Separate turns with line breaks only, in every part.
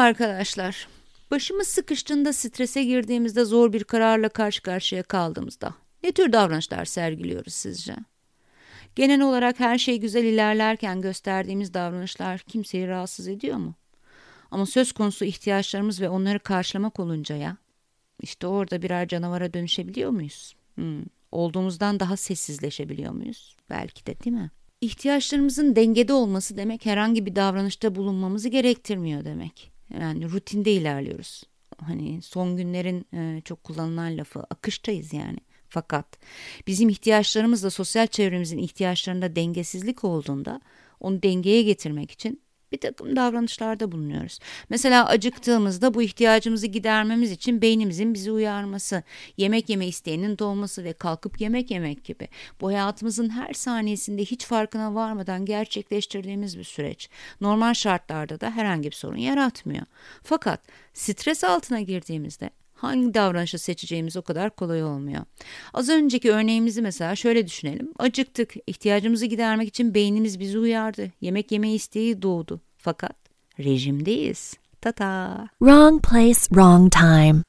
arkadaşlar. Başımız sıkıştığında, strese girdiğimizde, zor bir kararla karşı karşıya kaldığımızda ne tür davranışlar sergiliyoruz sizce? Genel olarak her şey güzel ilerlerken gösterdiğimiz davranışlar kimseyi rahatsız ediyor mu? Ama söz konusu ihtiyaçlarımız ve onları karşılamak olunca işte orada birer canavara dönüşebiliyor muyuz? Olduğumuzdan daha sessizleşebiliyor muyuz? Belki de, değil mi? İhtiyaçlarımızın dengede olması demek herhangi bir davranışta bulunmamızı gerektirmiyor demek. Yani rutinde ilerliyoruz. Hani son günlerin çok kullanılan lafı, akıştayız yani. Fakat bizim ihtiyaçlarımızla sosyal çevremizin ihtiyaçlarında dengesizlik olduğunda onu dengeye getirmek için bir takım davranışlarda bulunuyoruz. Mesela acıktığımızda bu ihtiyacımızı gidermemiz için beynimizin bizi uyarması, yemek yeme isteğinin doğması ve kalkıp yemek yemek gibi. Bu hayatımızın her saniyesinde hiç farkına varmadan gerçekleştirdiğimiz bir süreç. Normal şartlarda da herhangi bir sorun yaratmıyor. Fakat stres altına girdiğimizde hangi davranışı seçeceğimiz o kadar kolay olmuyor. Az önceki örneğimizi mesela şöyle düşünelim. Acıktık, ihtiyacımızı gidermek için beynimiz bizi uyardı. Yemek yeme isteği doğdu. Fakat rejimdeyiz. Tata.
Wrong place, wrong time.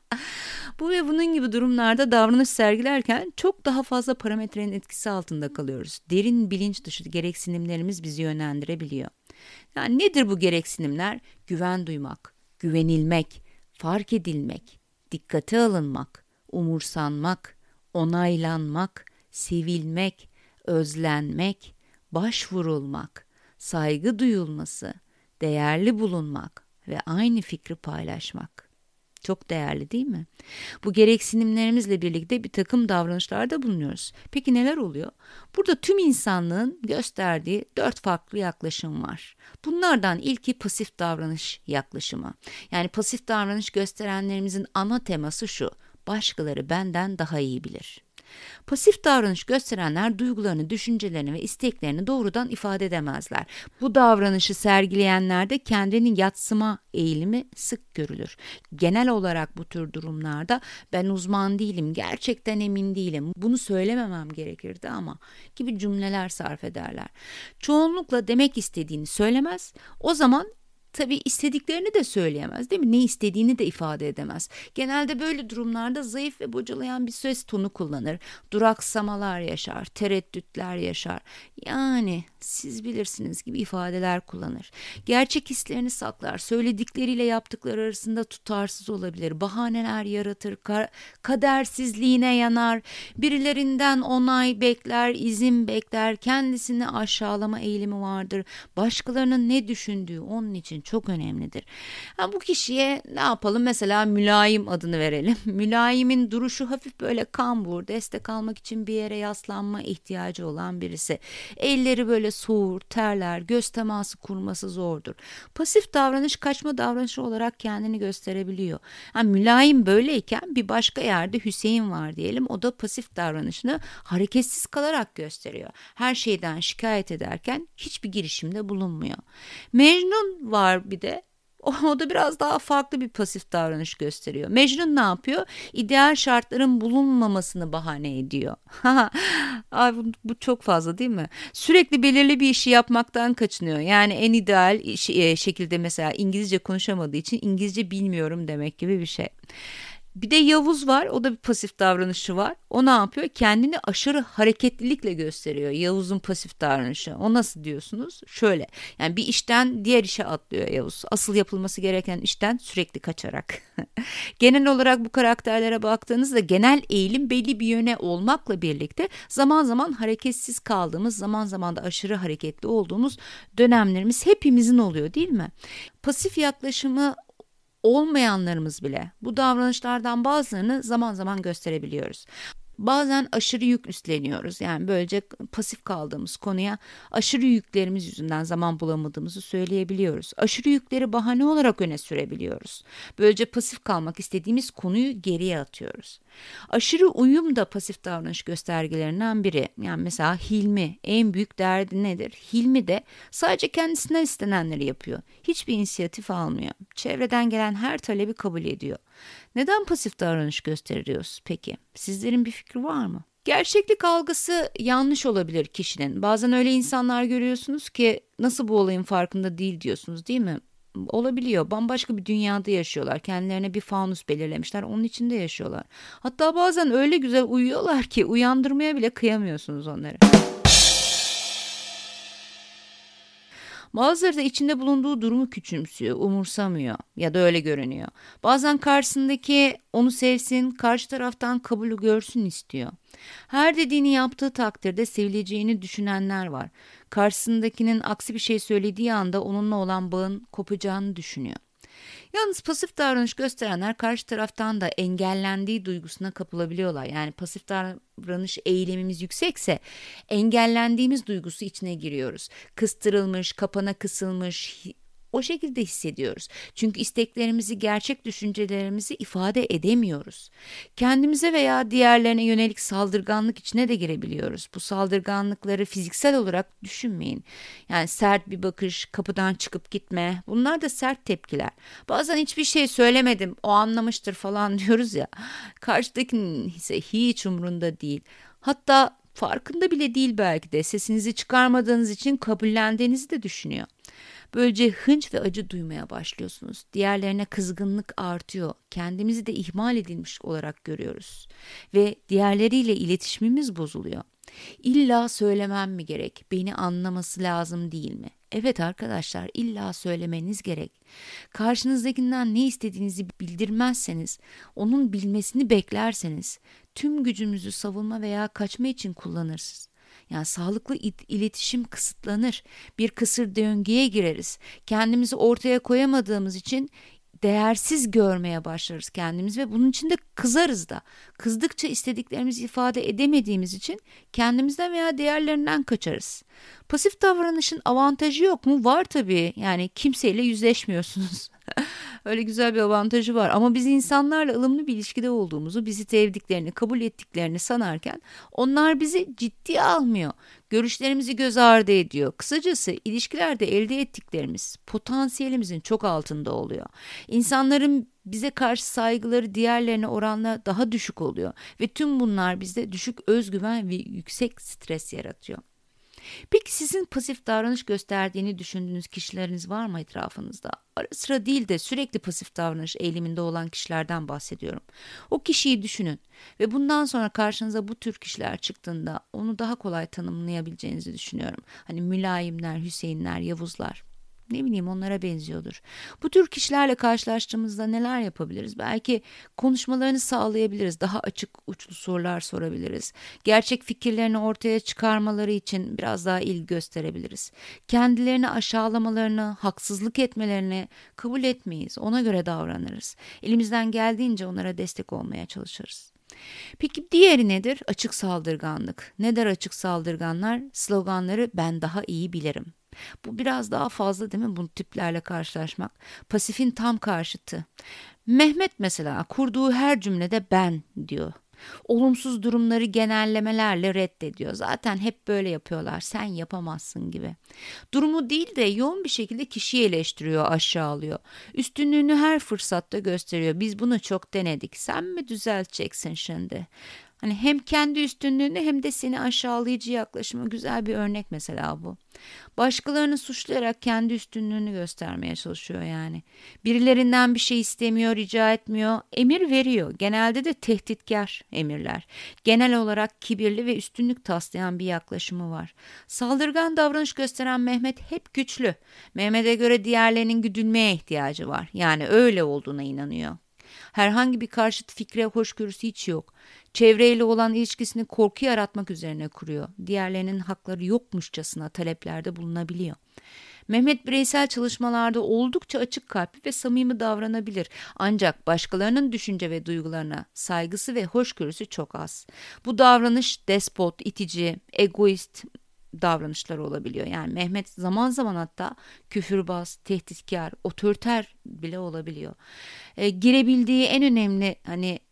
Bu ve bunun gibi durumlarda davranış sergilerken çok daha fazla parametrenin etkisi altında kalıyoruz. Derin bilinç dışı gereksinimlerimiz bizi yönlendirebiliyor. Yani nedir bu gereksinimler? Güven duymak, güvenilmek, fark edilmek, dikkate alınmak, umursanmak, onaylanmak, sevilmek, özlenmek, başvurulmak, saygı duyulması, değerli bulunmak ve aynı fikri paylaşmak. Çok değerli, değil mi? Bu gereksinimlerimizle birlikte bir takım davranışlarda bulunuyoruz. Peki neler oluyor? Burada tüm insanlığın gösterdiği 4 farklı yaklaşım var. Bunlardan ilki pasif davranış yaklaşımı. Yani pasif davranış gösterenlerimizin ana teması şu: başkaları benden daha iyi bilir. Pasif davranış gösterenler duygularını, düşüncelerini ve isteklerini doğrudan ifade edemezler. Bu davranışı sergileyenlerde kendini yadsıma eğilimi sık görülür. Genel olarak bu tür durumlarda ben uzman değilim, gerçekten emin değilim, bunu söylememem gerekirdi ama gibi cümleler sarf ederler. Çoğunlukla demek istediğini söylemez. O zaman tabii istediklerini de söyleyemez, değil mi? Ne istediğini de ifade edemez. Genelde böyle durumlarda zayıf ve bocalayan bir ses tonu kullanır. Duraksamalar yaşar, tereddütler yaşar. Yani siz bilirsiniz gibi ifadeler kullanır. Gerçek hislerini saklar. Söyledikleriyle yaptıkları arasında tutarsız olabilir. Bahaneler yaratır. Kadersizliğine yanar. Birilerinden onay bekler, izin bekler. Kendisini aşağılama eğilimi vardır. Başkalarının ne düşündüğü onun için çok önemlidir. Bu kişiye ne yapalım? Mesela mülayim adını verelim. Mülayimin duruşu hafif böyle kambur, destek almak için bir yere yaslanma ihtiyacı olan birisi. Elleri böyle soğur, terler, göz teması kurması zordur. Pasif davranış kaçma davranışı olarak kendini gösterebiliyor. Mülayim böyleyken bir başka yerde Hüseyin var diyelim. O da pasif davranışını hareketsiz kalarak gösteriyor. Her şeyden şikayet ederken hiçbir girişimde bulunmuyor. Mecnun var bir de. O da biraz daha farklı bir pasif davranış gösteriyor. Mecnun ne yapıyor? İdeal şartların bulunmamasını bahane ediyor. Ay, bu çok fazla değil mi? Sürekli belirli bir işi yapmaktan kaçınıyor. Yani en ideal şekilde mesela İngilizce konuşamadığı için İngilizce bilmiyorum demek gibi bir şey. Bir de Yavuz var, o da bir pasif davranışı var. O ne yapıyor? Kendini aşırı hareketlilikle gösteriyor. Yavuz'un pasif davranışı. O nasıl diyorsunuz? Şöyle, yani bir işten diğer işe atlıyor Yavuz. Asıl yapılması gereken işten sürekli kaçarak. Genel olarak bu karakterlere baktığınızda genel eğilim belli bir yöne olmakla birlikte zaman zaman hareketsiz kaldığımız, zaman zaman da aşırı hareketli olduğumuz dönemlerimiz hepimizin oluyor, değil mi? Pasif yaklaşımı olmayanlarımız bile bu davranışlardan bazılarını zaman zaman gösterebiliyoruz. Bazen aşırı yük üstleniyoruz. Yani böylece pasif kaldığımız konuya aşırı yüklerimiz yüzünden zaman bulamadığımızı söyleyebiliyoruz. Aşırı yükleri bahane olarak öne sürebiliyoruz. Böylece pasif kalmak istediğimiz konuyu geriye atıyoruz. Aşırı uyum da pasif davranış göstergelerinden biri. Yani mesela Hilmi en büyük derdi nedir? Hilmi de sadece kendisinden istenenleri yapıyor. Hiçbir inisiyatif almıyor. Çevreden gelen her talebi kabul ediyor. Neden pasif davranış gösteriyoruz peki? Sizlerin bir fikri var mı? Gerçeklik algısı yanlış olabilir kişinin. Bazen öyle insanlar görüyorsunuz ki nasıl bu olayın farkında değil diyorsunuz, değil mi? olabiliyor. Bambaşka bir dünyada yaşıyorlar. Kendilerine bir fanus belirlemişler. Onun içinde yaşıyorlar. Hatta bazen öyle güzel uyuyorlar ki uyandırmaya bile kıyamıyorsunuz onları. Bazıları da içinde bulunduğu durumu küçümsüyor, umursamıyor ya da öyle görünüyor. Bazen karşısındaki onu sevsin, karşı taraftan kabulü görsün istiyor. Her dediğini yaptığı takdirde sevileceğini düşünenler var. Karşısındakinin aksi bir şey söylediği anda onunla olan bağın kopacağını düşünüyor. Yalnız pasif davranış gösterenler karşı taraftan da engellendiği duygusuna kapılabiliyorlar. Yani pasif davranış eğilimimiz yüksekse engellendiğimiz duygusu içine giriyoruz. Kıstırılmış, kapana kısılmış, o şekilde hissediyoruz. Çünkü isteklerimizi, gerçek düşüncelerimizi ifade edemiyoruz. Kendimize veya diğerlerine yönelik saldırganlık içine de girebiliyoruz. Bu saldırganlıkları fiziksel olarak düşünmeyin. Yani sert bir bakış, kapıdan çıkıp gitme, bunlar da sert tepkiler. Bazen hiçbir şey söylemedim, o anlamıştır falan diyoruz ya. Karşıdakinin ise hiç umrunda değil. Hatta farkında bile değil, belki de sesinizi çıkarmadığınız için kabullendiğinizi de düşünüyor. Böylece hınç ve acı duymaya başlıyorsunuz. Diğerlerine kızgınlık artıyor. Kendimizi de ihmal edilmiş olarak görüyoruz. Ve diğerleriyle iletişimimiz bozuluyor. İlla söylemem mi gerek? Beni anlaması lazım değil mi? Evet arkadaşlar, illa söylemeniz gerek. Karşınızdakinden ne istediğinizi bildirmezseniz, onun bilmesini beklerseniz, tüm gücümüzü savunma veya kaçma için kullanırsınız. Yani sağlıklı iletişim kısıtlanır. Bir kısır döngüye gireriz. Kendimizi ortaya koyamadığımız için değersiz görmeye başlarız kendimizi ve bunun için de kızarız da. Kızdıkça istediklerimizi ifade edemediğimiz için kendimizden veya diğerlerinden kaçarız. Pasif davranışın avantajı yok mu? Var tabii. Yani kimseyle yüzleşmiyorsunuz. Öyle güzel bir avantajı var. Ama biz insanlarla ılımlı bir ilişkide olduğumuzu, bizi sevdiklerini, kabul ettiklerini sanarken onlar bizi ciddiye almıyor. Görüşlerimizi göz ardı ediyor. Kısacası ilişkilerde elde ettiklerimiz potansiyelimizin çok altında oluyor. İnsanların bize karşı saygıları diğerlerine oranla daha düşük oluyor. Ve tüm bunlar bizde düşük özgüven ve yüksek stres yaratıyor. Peki sizin pasif davranış gösterdiğini düşündüğünüz kişileriniz var mı etrafınızda? Ara sıra değil de sürekli pasif davranış eğiliminde olan kişilerden bahsediyorum. O kişiyi düşünün ve bundan sonra karşınıza bu tür kişiler çıktığında onu daha kolay tanımlayabileceğinizi düşünüyorum. Hani mülayimler, Hüseyinler, Yavuzlar. Ne bileyim, onlara benziyordur. Bu tür kişilerle karşılaştığımızda neler yapabiliriz? Belki konuşmalarını sağlayabiliriz. Daha açık uçlu sorular sorabiliriz. Gerçek fikirlerini ortaya çıkarmaları için biraz daha ilgi gösterebiliriz. Kendilerini aşağılamalarını, haksızlık etmelerini kabul etmeyiz. Ona göre davranırız. Elimizden geldiğince onlara destek olmaya çalışırız. Peki diğeri nedir? Açık saldırganlık. Nedir açık saldırganlar? Sloganları ben daha iyi bilirim. Bu biraz daha fazla değil mi, bu tiplerle karşılaşmak? Pasifin tam karşıtı. Mehmet mesela kurduğu her cümlede ben diyor. Olumsuz durumları genellemelerle reddediyor. Zaten hep böyle yapıyorlar. Sen yapamazsın gibi. Durumu değil de yoğun bir şekilde kişiyi eleştiriyor, aşağılıyor. Üstünlüğünü her fırsatta gösteriyor. Biz bunu çok denedik. Sen mi düzelteceksin şimdi? Hani hem kendi üstünlüğünü hem de seni aşağılayıcı yaklaşımı, güzel bir örnek mesela bu. Başkalarını suçlayarak kendi üstünlüğünü göstermeye çalışıyor yani. Birilerinden bir şey istemiyor, rica etmiyor, emir veriyor. Genelde de tehditkar emirler. Genel olarak kibirli ve üstünlük taslayan bir yaklaşımı var. Saldırgan davranış gösteren Mehmet hep güçlü. Mehmet'e göre diğerlerinin güdülmeye ihtiyacı var. Yani öyle olduğuna inanıyor. Herhangi bir karşıt fikre hoşgörüsü hiç yok. Çevreyle olan ilişkisini korku yaratmak üzerine kuruyor. Diğerlerinin hakları yokmuşçasına taleplerde bulunabiliyor. Mehmet bireysel çalışmalarda oldukça açık kalpli ve samimi davranabilir. Ancak başkalarının düşünce ve duygularına saygısı ve hoşgörüsü çok az. Bu davranış despot, itici, egoist davranışlar olabiliyor. Yani Mehmet zaman zaman hatta küfürbaz, tehditkar, otoriter bile olabiliyor. Girebildiği en önemli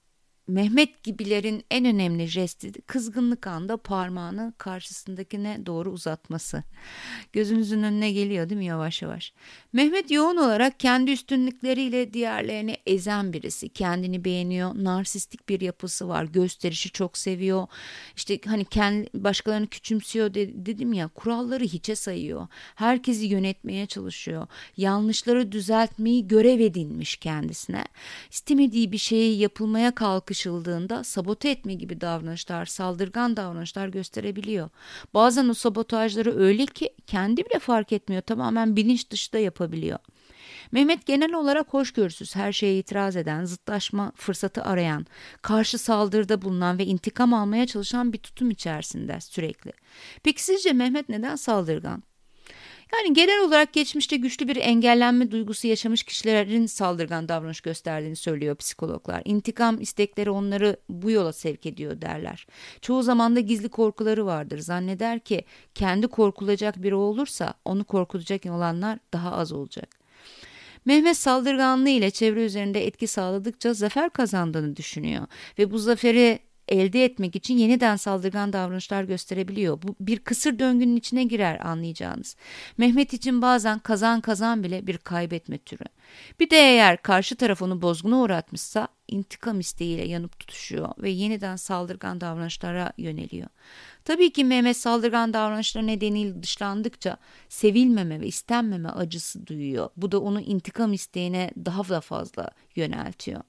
Mehmet gibilerin en önemli jesti kızgınlık anda parmağını karşısındakine doğru uzatması. Gözünüzün önüne geliyor değil mi yavaş yavaş? Mehmet yoğun olarak kendi üstünlükleriyle diğerlerini ezen birisi. Kendini beğeniyor, narsistik bir yapısı var, gösterişi çok seviyor. İşte hani başkalarını küçümsüyor dedim ya, kuralları hiçe sayıyor. Herkesi yönetmeye çalışıyor. Yanlışları düzeltmeyi görev edinmiş kendisine. İstemediği bir şeyi yapılmaya kalkışıldığında sabote etme gibi davranışlar, saldırgan davranışlar gösterebiliyor. Bazen o sabotajları öyle ki kendi bile fark etmiyor, tamamen bilinç dışı da yapabiliyor. Mehmet genel olarak hoşgörüsüz, her şeye itiraz eden, zıtlaşma fırsatı arayan, karşı saldırıda bulunan ve intikam almaya çalışan bir tutum içerisinde sürekli. Peki sizce Mehmet neden saldırgan? Yani genel olarak geçmişte güçlü bir engellenme duygusu yaşamış kişilerin saldırgan davranış gösterdiğini söylüyor psikologlar. İntikam istekleri onları bu yola sevk ediyor derler. Çoğu zaman da gizli korkuları vardır. Zanneder ki kendi korkulacak biri olursa onu korkutacak olanlar daha az olacak. Mehmet saldırganlığı ile çevre üzerinde etki sağladıkça zafer kazandığını düşünüyor ve bu zaferi elde etmek için yeniden saldırgan davranışlar gösterebiliyor. Bu bir kısır döngünün içine girer, anlayacağınız. Mehmet için bazen kazan kazan bile bir kaybetme türü. Bir de eğer karşı taraf onu bozguna uğratmışsa intikam isteğiyle yanıp tutuşuyor ve yeniden saldırgan davranışlara yöneliyor. Tabii ki Mehmet saldırgan davranışları nedeniyle dışlandıkça sevilmeme ve istenmeme acısı duyuyor. Bu da onu intikam isteğine daha da fazla yöneltiyor.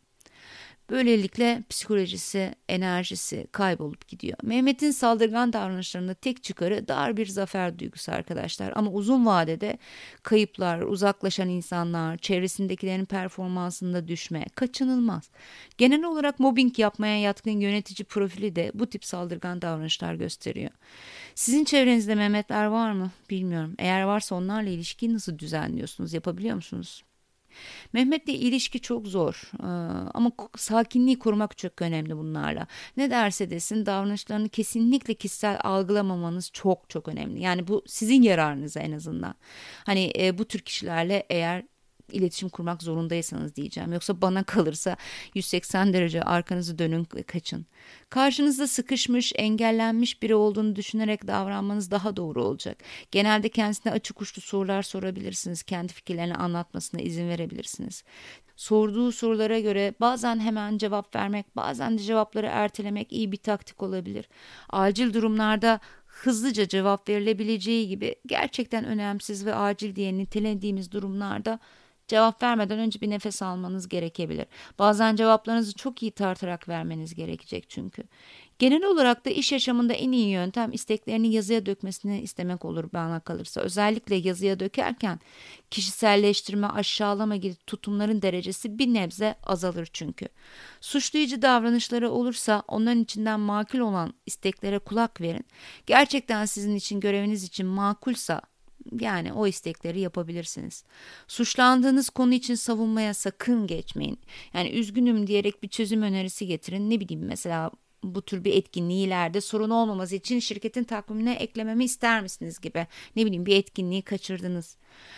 Böylelikle psikolojisi, enerjisi kaybolup gidiyor. Mehmet'in saldırgan davranışlarında tek çıkarı dar bir zafer duygusu arkadaşlar. Ama uzun vadede kayıplar, uzaklaşan insanlar, çevresindekilerin performansında düşme kaçınılmaz. Genel olarak mobbing yapmaya yatkın yönetici profili de bu tip saldırgan davranışlar gösteriyor. Sizin çevrenizde Mehmetler var mı? Bilmiyorum. Eğer varsa onlarla ilişkiyi nasıl düzenliyorsunuz? Yapabiliyor musunuz? Mehmet'le ilişki çok zor ama sakinliği korumak çok önemli bunlarla. Ne derse desin davranışlarını kesinlikle kişisel algılamamanız çok çok önemli. Yani bu sizin yararınıza en azından. Hani bu tür kişilerle eğer iletişim kurmak zorundaysanız diyeceğim. Yoksa bana kalırsa 180 derece arkanızı dönün, kaçın. Karşınızda sıkışmış, engellenmiş biri olduğunu düşünerek davranmanız daha doğru olacak. Genelde kendisine açık uçlu sorular sorabilirsiniz. Kendi fikirlerini anlatmasına izin verebilirsiniz. Sorduğu sorulara göre bazen hemen cevap vermek, bazen de cevapları ertelemek iyi bir taktik olabilir. Acil durumlarda hızlıca cevap verilebileceği gibi gerçekten önemsiz ve acil diye nitelediğimiz durumlarda cevap vermeden önce bir nefes almanız gerekebilir. Bazen cevaplarınızı çok iyi tartarak vermeniz gerekecek çünkü. Genel olarak da iş yaşamında en iyi yöntem isteklerini yazıya dökmesini istemek olur bana kalırsa. Özellikle yazıya dökerken kişiselleştirme, aşağılama gibi tutumların derecesi bir nebze azalır çünkü. Suçlayıcı davranışları olursa onların içinden makul olan isteklere kulak verin. Gerçekten sizin için, göreviniz için makulsa yani o istekleri yapabilirsiniz. Suçlandığınız konu için savunmaya sakın geçmeyin. Yani üzgünüm diyerek bir çözüm önerisi getirin. Ne bileyim, mesela bu tür bir etkinliği ileride sorun olmaması için şirketin takvimine eklememi ister misiniz gibi. Ne bileyim, bir etkinliği kaçırdınız.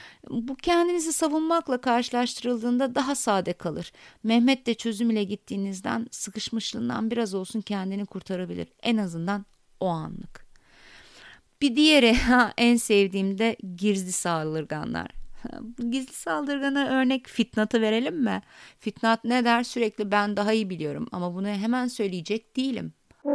Bu kendinizi savunmakla karşılaştırıldığında daha sade kalır. Mehmet de çözüm ile gittiğinizden, sıkışmışlığından biraz olsun kendini kurtarabilir. En azından o anlık. Bir diğeri en sevdiğim de gizli saldırganlar. Gizli saldırgana örnek Fitnat'ı verelim mi? Fitnat ne der? Sürekli ben daha iyi biliyorum ama bunu hemen söyleyecek değilim.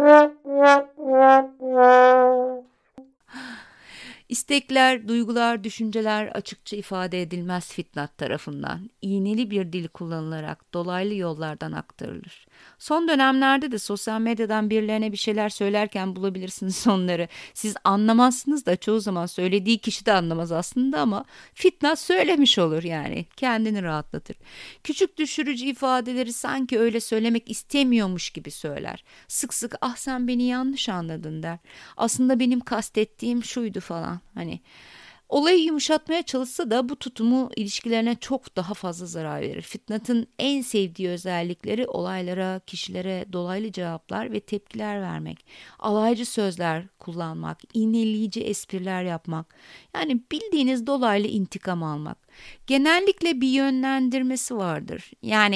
İstekler, duygular, düşünceler açıkça ifade edilmez Fitnat tarafından. İğneli bir dil kullanılarak dolaylı yollardan aktarılır. Son dönemlerde de sosyal medyadan birilerine bir şeyler söylerken bulabilirsiniz onları. Siz anlamazsınız da çoğu zaman söylediği kişi de anlamaz aslında ama Fitnat söylemiş olur yani. Kendini rahatlatır. Küçük düşürücü ifadeleri sanki öyle söylemek istemiyormuş gibi söyler. Sık sık ah sen beni yanlış anladın der. Aslında benim kastettiğim şuydu falan. Hani olayı yumuşatmaya çalışsa da bu tutumu ilişkilerine çok daha fazla zarar verir. Fitnat'ın en sevdiği özellikleri olaylara, kişilere dolaylı cevaplar ve tepkiler vermek, alaycı sözler kullanmak, iğneleyici espriler yapmak, yani bildiğiniz dolaylı intikam almak. Genellikle bir yönlendirmesi vardır. Yani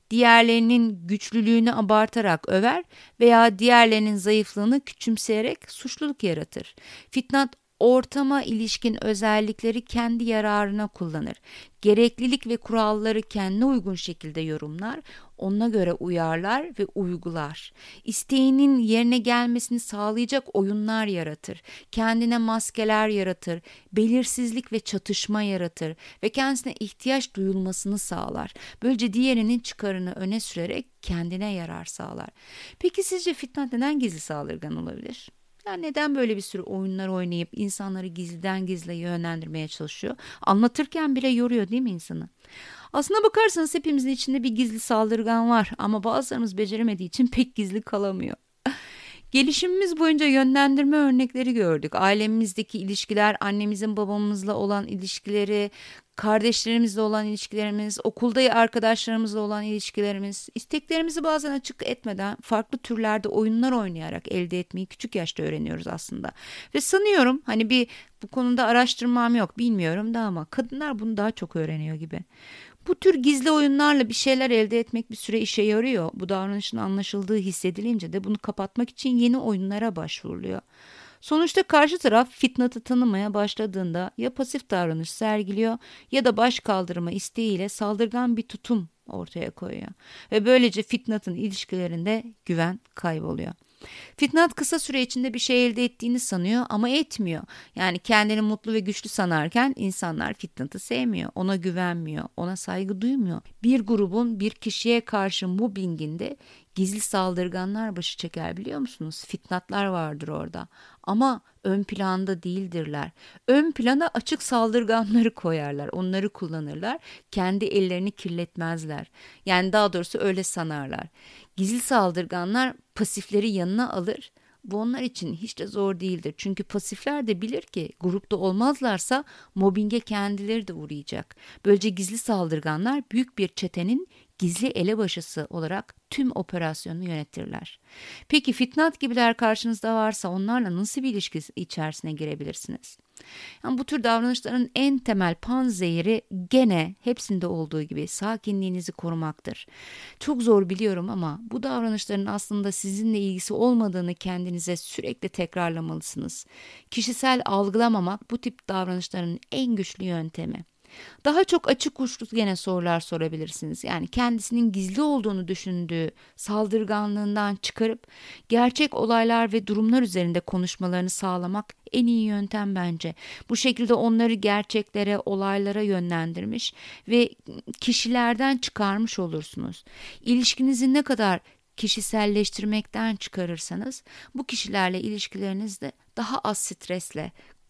Diğerlerinin güçlülüğünü abartarak över veya diğerlerinin zayıflığını küçümseyerek suçluluk yaratır. Fitnat ortama ilişkin özellikleri kendi yararına kullanır. Gereklilik ve kuralları kendine uygun şekilde yorumlar, ona göre uyarlar ve uygular. İsteğinin yerine gelmesini sağlayacak oyunlar yaratır. Kendine maskeler yaratır, belirsizlik ve çatışma yaratır ve kendisine ihtiyaç duyulmasını sağlar. Böylece diğerinin çıkarını öne sürerek kendine yarar sağlar. Peki sizce Fitnat neden gizli saldırgan olabilir? Yani neden böyle bir sürü oyunlar oynayıp insanları gizliden gizle yönlendirmeye çalışıyor? Anlatırken bile yoruyor değil mi insanı? Aslına bakarsanız hepimizin içinde bir gizli saldırgan var ama bazılarımız beceremediği için pek gizli kalamıyor. Gelişimimiz boyunca yönlendirme örnekleri gördük. Ailemizdeki ilişkiler, annemizin babamızla olan ilişkileri, kardeşlerimizle olan ilişkilerimiz, okulda arkadaşlarımızla olan ilişkilerimiz, isteklerimizi bazen açık etmeden farklı türlerde oyunlar oynayarak elde etmeyi küçük yaşta öğreniyoruz aslında. Ve sanıyorum bu konuda araştırmam yok, bilmiyorum da ama kadınlar bunu daha çok öğreniyor gibi. Bu tür gizli oyunlarla bir şeyler elde etmek bir süre işe yarıyor. Bu davranışın anlaşıldığı hissedilince de bunu kapatmak için yeni oyunlara başvuruluyor. Sonuçta karşı taraf Fitnat'ı tanımaya başladığında ya pasif davranış sergiliyor ya da baş kaldırma isteğiyle saldırgan bir tutum ortaya koyuyor. Ve böylece Fitnat'ın ilişkilerinde güven kayboluyor. Fitnat kısa süre içinde bir şey elde ettiğini sanıyor ama etmiyor. Yani kendini mutlu ve güçlü sanarken insanlar Fitnat'ı sevmiyor, ona güvenmiyor, ona saygı duymuyor. Bir grubun bir kişiye karşı mobbinginde gizli saldırganlar başı çeker biliyor musunuz? Fitnatlar vardır orada ama ön planda değildirler. Ön plana açık saldırganları koyarlar, onları kullanırlar, kendi ellerini kirletmezler. Yani daha doğrusu öyle sanarlar. Gizli saldırganlar pasifleri yanına alır. Bu onlar için hiç de zor değildir. Çünkü pasifler de bilir ki grupta olmazlarsa mobbinge kendileri de uğrayacak. Böylece gizli saldırganlar büyük bir çetenin gizli elebaşısı olarak tüm operasyonu yönetirler. Peki Fitnat gibiler karşınızda varsa onlarla nasıl bir ilişki içerisine girebilirsiniz? Yani bu tür davranışların en temel panzehiri gene hepsinde olduğu gibi sakinliğinizi korumaktır. Çok zor biliyorum ama bu davranışların aslında sizinle ilgisi olmadığını kendinize sürekli tekrarlamalısınız. Kişisel algılamamak bu tip davranışların en güçlü yöntemi. Daha çok açık uçlu gene sorular sorabilirsiniz. Yani kendisinin gizli olduğunu düşündüğü saldırganlığından çıkarıp gerçek olaylar ve durumlar üzerinde konuşmalarını sağlamak en iyi yöntem bence. Bu şekilde onları gerçeklere, olaylara yönlendirmiş ve kişilerden çıkarmış olursunuz. İlişkinizi ne kadar kişiselleştirmekten çıkarırsanız bu kişilerle ilişkilerinizde daha az stresle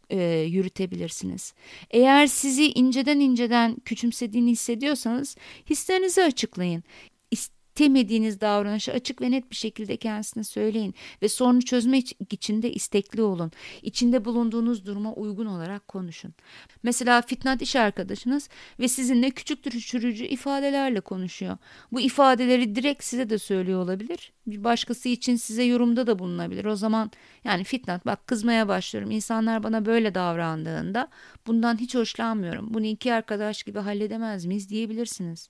yürütebilirsiniz. Eğer sizi inceden küçümsediğini hissediyorsanız hislerinizi açıklayın. İstemediğiniz davranışı açık ve net bir şekilde kendisine söyleyin ve sorunu çözmek için de istekli olun. İçinde bulunduğunuz duruma uygun olarak konuşun. Mesela Fitnat iş arkadaşınız ve sizinle küçük düşürücü ifadelerle konuşuyor. Bu ifadeleri direkt size de söylüyor olabilir. Bir başkası için size yorumda da bulunabilir. O zaman yani Fitnat bak kızmaya başlıyorum. İnsanlar bana böyle davrandığında bundan hiç hoşlanmıyorum. Bunu iki arkadaş gibi halledemez miyiz diyebilirsiniz.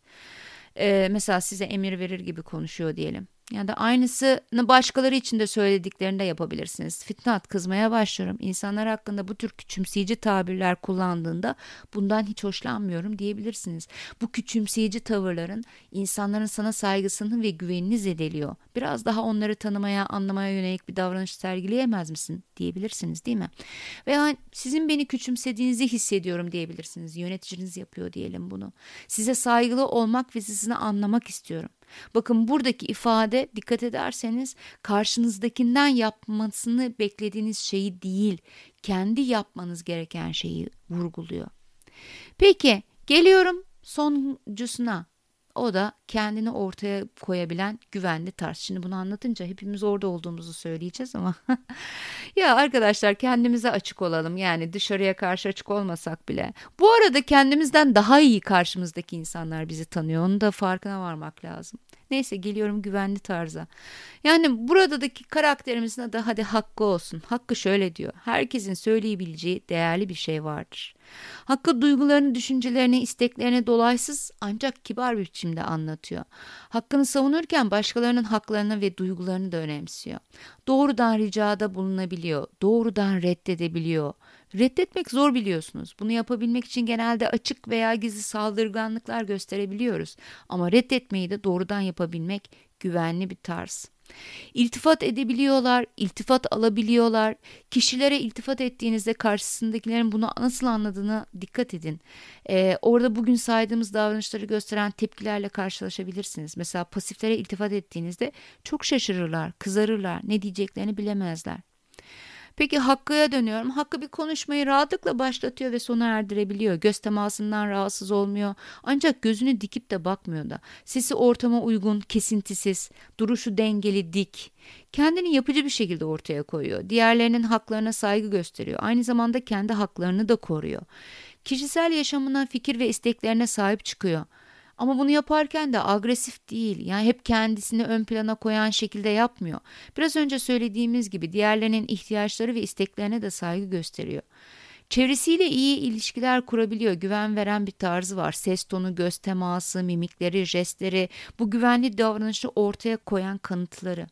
Mesela size emir verir gibi konuşuyor diyelim. Ya da aynısını başkaları için de söylediklerinde yapabilirsiniz. Fitnat kızmaya başlıyorum. İnsanlar hakkında bu tür küçümseyici tabirler kullandığında bundan hiç hoşlanmıyorum diyebilirsiniz. Bu küçümseyici tavırların insanların sana saygısını ve güvenini zedeliyor. Biraz daha onları tanımaya, anlamaya yönelik bir davranış sergileyemez misin diyebilirsiniz değil mi? Veya sizin beni küçümsediğinizi hissediyorum diyebilirsiniz. Yöneticiniz yapıyor diyelim bunu. Size saygılı olmak ve sizi anlamak istiyorum. Bakın buradaki ifade dikkat ederseniz karşınızdakinden yapmasını beklediğiniz şeyi değil, kendi yapmanız gereken şeyi vurguluyor. Peki geliyorum sonuncusuna. O da kendini ortaya koyabilen güvenli tarz. Şimdi bunu anlatınca hepimiz orada olduğumuzu söyleyeceğiz ama ya arkadaşlar kendimize açık olalım. Yani dışarıya karşı açık olmasak bile. Bu arada kendimizden daha iyi karşımızdaki insanlar bizi tanıyor. Onun da farkına varmak lazım. Neyse geliyorum güvenli tarza. Yani buradaki karakterimizin adı hadi Hakkı olsun. Hakkı şöyle diyor. Herkesin söyleyebileceği değerli bir şey vardır. Hakkı duygularını, düşüncelerini, isteklerini dolaysız ancak kibar bir biçimde anlatıyor. Hakkını savunurken başkalarının haklarını ve duygularını da önemsiyor. Doğrudan ricada bulunabiliyor, doğrudan reddedebiliyor. Reddetmek zor biliyorsunuz. Bunu yapabilmek için genelde açık veya gizli saldırganlıklar gösterebiliyoruz. Ama reddetmeyi de doğrudan yapabilmek güvenli bir tarz. İltifat edebiliyorlar, iltifat alabiliyorlar. Kişilere iltifat ettiğinizde karşısındakilerin bunu nasıl anladığına dikkat edin. Orada bugün saydığımız davranışları gösteren tepkilerle karşılaşabilirsiniz. Mesela pasiflere iltifat ettiğinizde çok şaşırırlar, kızarırlar, ne diyeceklerini bilemezler. Peki Hakkı'ya dönüyorum. Hakkı bir konuşmayı rahatlıkla başlatıyor ve sona erdirebiliyor. Göz temasından rahatsız olmuyor. Ancak gözünü dikip de bakmıyor da. Sesi ortama uygun, kesintisiz, duruşu dengeli, dik. Kendini yapıcı bir şekilde ortaya koyuyor. Diğerlerinin haklarına saygı gösteriyor. Aynı zamanda kendi haklarını da koruyor. Kişisel yaşamına, fikir ve isteklerine sahip çıkıyor. Ama bunu yaparken de agresif değil, yani hep kendisini ön plana koyan şekilde yapmıyor. Biraz önce söylediğimiz gibi diğerlerinin ihtiyaçları ve isteklerine de saygı gösteriyor. Çevresiyle iyi ilişkiler kurabiliyor, güven veren bir tarzı var. Ses tonu, göz teması, mimikleri, jestleri, bu güvenli davranışı ortaya koyan kanıtları.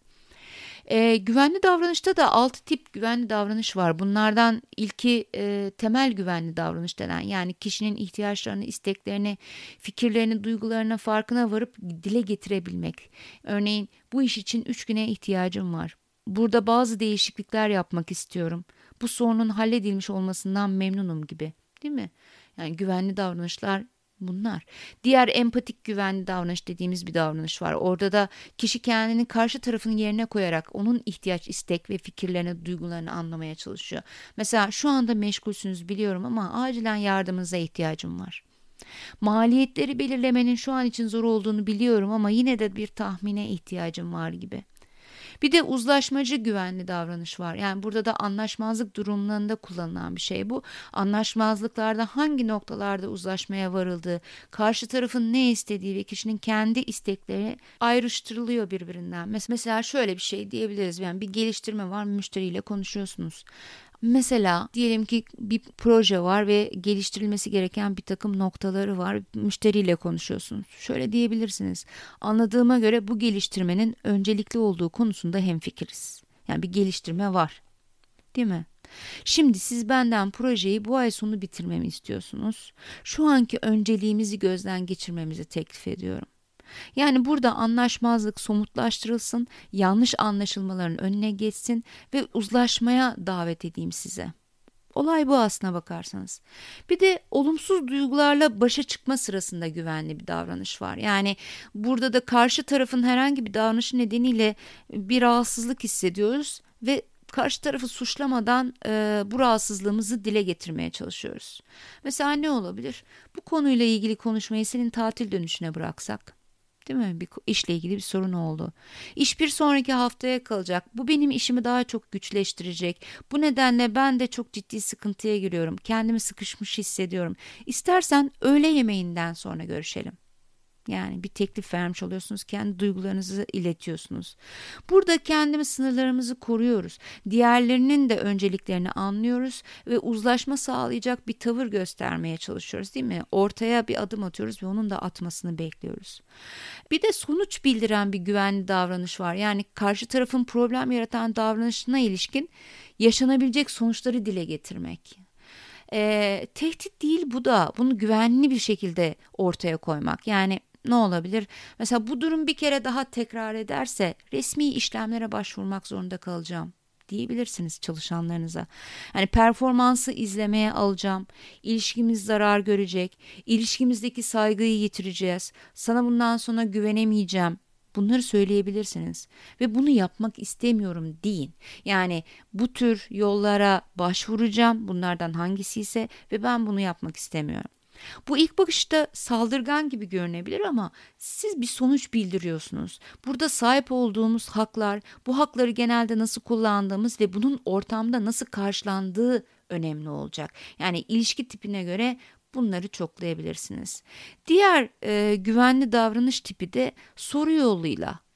Güvenli davranışta da 6 tip güvenli davranış var. Bunlardan ilki temel güvenli davranış denen, yani kişinin ihtiyaçlarını, isteklerini, fikirlerini, duygularına farkına varıp dile getirebilmek. Örneğin bu iş için 3 güne ihtiyacım var. Burada bazı değişiklikler yapmak istiyorum. Bu sorunun halledilmiş olmasından memnunum gibi, değil mi? Yani güvenli davranışlar bunlar. Diğer empatik güvenli davranış dediğimiz bir davranış var. Orada da kişi kendini karşı tarafın yerine koyarak onun ihtiyaç, istek ve fikirlerini, duygularını anlamaya çalışıyor. Mesela şu anda meşgulsünüz biliyorum ama acilen yardımınıza ihtiyacım var. Maliyetleri belirlemenin şu an için zor olduğunu biliyorum ama yine de bir tahmine ihtiyacım var gibi. Bir de uzlaşmacı güvenli davranış var. Yani burada da anlaşmazlık durumlarında kullanılan bir şey bu. Anlaşmazlıklarda hangi noktalarda uzlaşmaya varıldığı, karşı tarafın ne istediği ve kişinin kendi istekleri ayrıştırılıyor birbirinden. Mesela şöyle bir şey diyebiliriz. Yani bir geliştirme var, müşteriyle konuşuyorsunuz. Mesela diyelim ki bir proje var ve geliştirilmesi gereken bir takım noktaları var. Müşteriyle konuşuyorsunuz. Şöyle diyebilirsiniz. Anladığıma göre bu geliştirmenin öncelikli olduğu konusunda hemfikiriz. Yani bir geliştirme var. Değil mi? Şimdi siz benden projeyi bu ay sonu bitirmemi istiyorsunuz. Şu anki önceliğimizi gözden geçirmemizi teklif ediyorum. Yani burada anlaşmazlık somutlaştırılsın, yanlış anlaşılmaların önüne geçsin ve uzlaşmaya davet edeyim size. Olay bu aslına bakarsanız. Bir de olumsuz duygularla başa çıkma sırasında güvenli bir davranış var. Yani burada da karşı tarafın herhangi bir davranışı nedeniyle bir rahatsızlık hissediyoruz ve karşı tarafı suçlamadan bu rahatsızlığımızı dile getirmeye çalışıyoruz. Mesela ne olabilir? Bu konuyla ilgili konuşmayı senin tatil dönüşüne bıraksak. Değil mi? Bir işle ilgili bir sorun oldu. İş bir sonraki haftaya kalacak. Bu benim işimi daha çok güçleştirecek. Bu nedenle ben de çok ciddi sıkıntıya giriyorum. Kendimi sıkışmış hissediyorum. İstersen öğle yemeğinden sonra görüşelim. Yani bir teklif vermiş oluyorsunuz, kendi duygularınızı iletiyorsunuz. Burada kendimiz sınırlarımızı koruyoruz. Diğerlerinin de önceliklerini anlıyoruz ve uzlaşma sağlayacak bir tavır göstermeye çalışıyoruz, değil mi? Ortaya bir adım atıyoruz ve onun da atmasını bekliyoruz. Bir de sonuç bildiren bir güvenli davranış var. Yani karşı tarafın problem yaratan davranışına ilişkin yaşanabilecek sonuçları dile getirmek. Tehdit değil bu da, bunu güvenli bir şekilde ortaya koymak. Yani ne olabilir? Mesela bu durum bir kere daha tekrar ederse resmi işlemlere başvurmak zorunda kalacağım diyebilirsiniz çalışanlarınıza. Yani performansı izlemeye alacağım, ilişkimiz zarar görecek, ilişkimizdeki saygıyı yitireceğiz, sana bundan sonra güvenemeyeceğim. Bunları söyleyebilirsiniz ve bunu yapmak istemiyorum deyin. Yani bu tür yollara başvuracağım, bunlardan hangisi ise, ve ben bunu yapmak istemiyorum. Bu ilk bakışta saldırgan gibi görünebilir ama siz bir sonuç bildiriyorsunuz. Burada sahip olduğumuz haklar, bu hakları genelde nasıl kullandığımız ve bunun ortamda nasıl karşılandığı önemli olacak. Yani ilişki tipine göre bunları çoklayabilirsiniz. Diğer güvenli davranış tipi de soru yoluyla,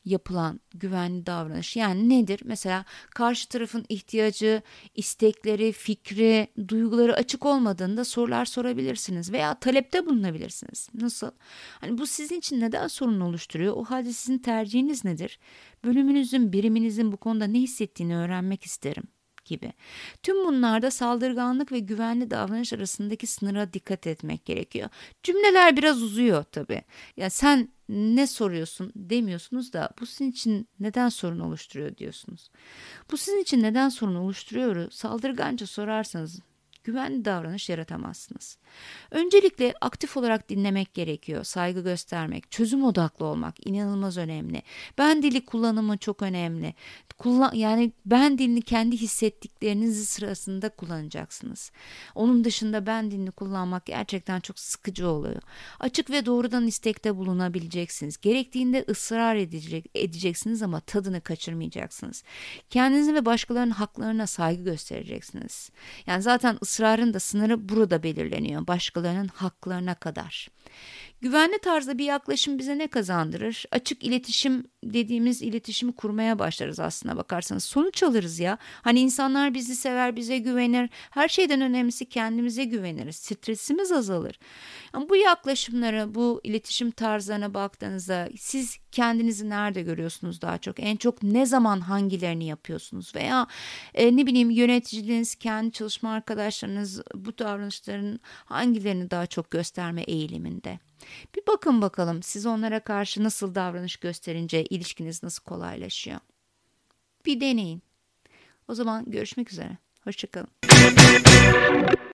yapılan güvenli davranış. Yani nedir? Mesela karşı tarafın ihtiyacı, istekleri, fikri, duyguları açık olmadığında sorular sorabilirsiniz veya talepte bulunabilirsiniz. Nasıl? Hani bu sizin için neden sorun oluşturuyor? O halde sizin tercihiniz nedir? Bölümünüzün, biriminizin bu konuda ne hissettiğini öğrenmek isterim gibi. Tüm bunlarda saldırganlık ve güvenli davranış arasındaki sınıra dikkat etmek gerekiyor. Cümleler biraz uzuyor tabii. Ya sen ne soruyorsun demiyorsunuz da bu sizin için neden sorun oluşturuyor diyorsunuz. Bu sizin için neden sorun oluşturuyor? Saldırganca sorarsanız güvenli davranış yaratamazsınız. Öncelikle aktif olarak dinlemek gerekiyor, saygı göstermek, çözüm odaklı olmak inanılmaz önemli. Ben dili kullanımı çok önemli. Yani ben dilini kendi hissettikleriniz sırasında kullanacaksınız. Onun dışında ben dilini kullanmak gerçekten çok sıkıcı oluyor. Açık ve doğrudan istekte bulunabileceksiniz. Gerektiğinde ısrar edeceksiniz ama tadını kaçırmayacaksınız. Kendinize ve başkalarının haklarına saygı göstereceksiniz. Yani zaten ısrarın da sınırı burada belirleniyor. Başkalarının haklarına kadar. Güvenli tarzda bir yaklaşım bize ne kazandırır? Açık iletişim dediğimiz iletişimi kurmaya başlarız aslına bakarsanız. Sonuç alırız ya. Hani insanlar bizi sever, bize güvenir. Her şeyden önemlisi kendimize güveniriz. Stresimiz azalır. Yani bu yaklaşımlara, bu iletişim tarzlarına baktığınızda siz kendinizi nerede görüyorsunuz daha çok? En çok ne zaman hangilerini yapıyorsunuz? Veya ne bileyim yöneticiniz, kendi çalışma arkadaşlarınız bu davranışların hangilerini daha çok gösterme eğiliminde? Bir bakın bakalım siz onlara karşı nasıl davranış gösterince ilişkiniz nasıl kolaylaşıyor. Bir deneyin. O zaman görüşmek üzere. Hoşça kalın.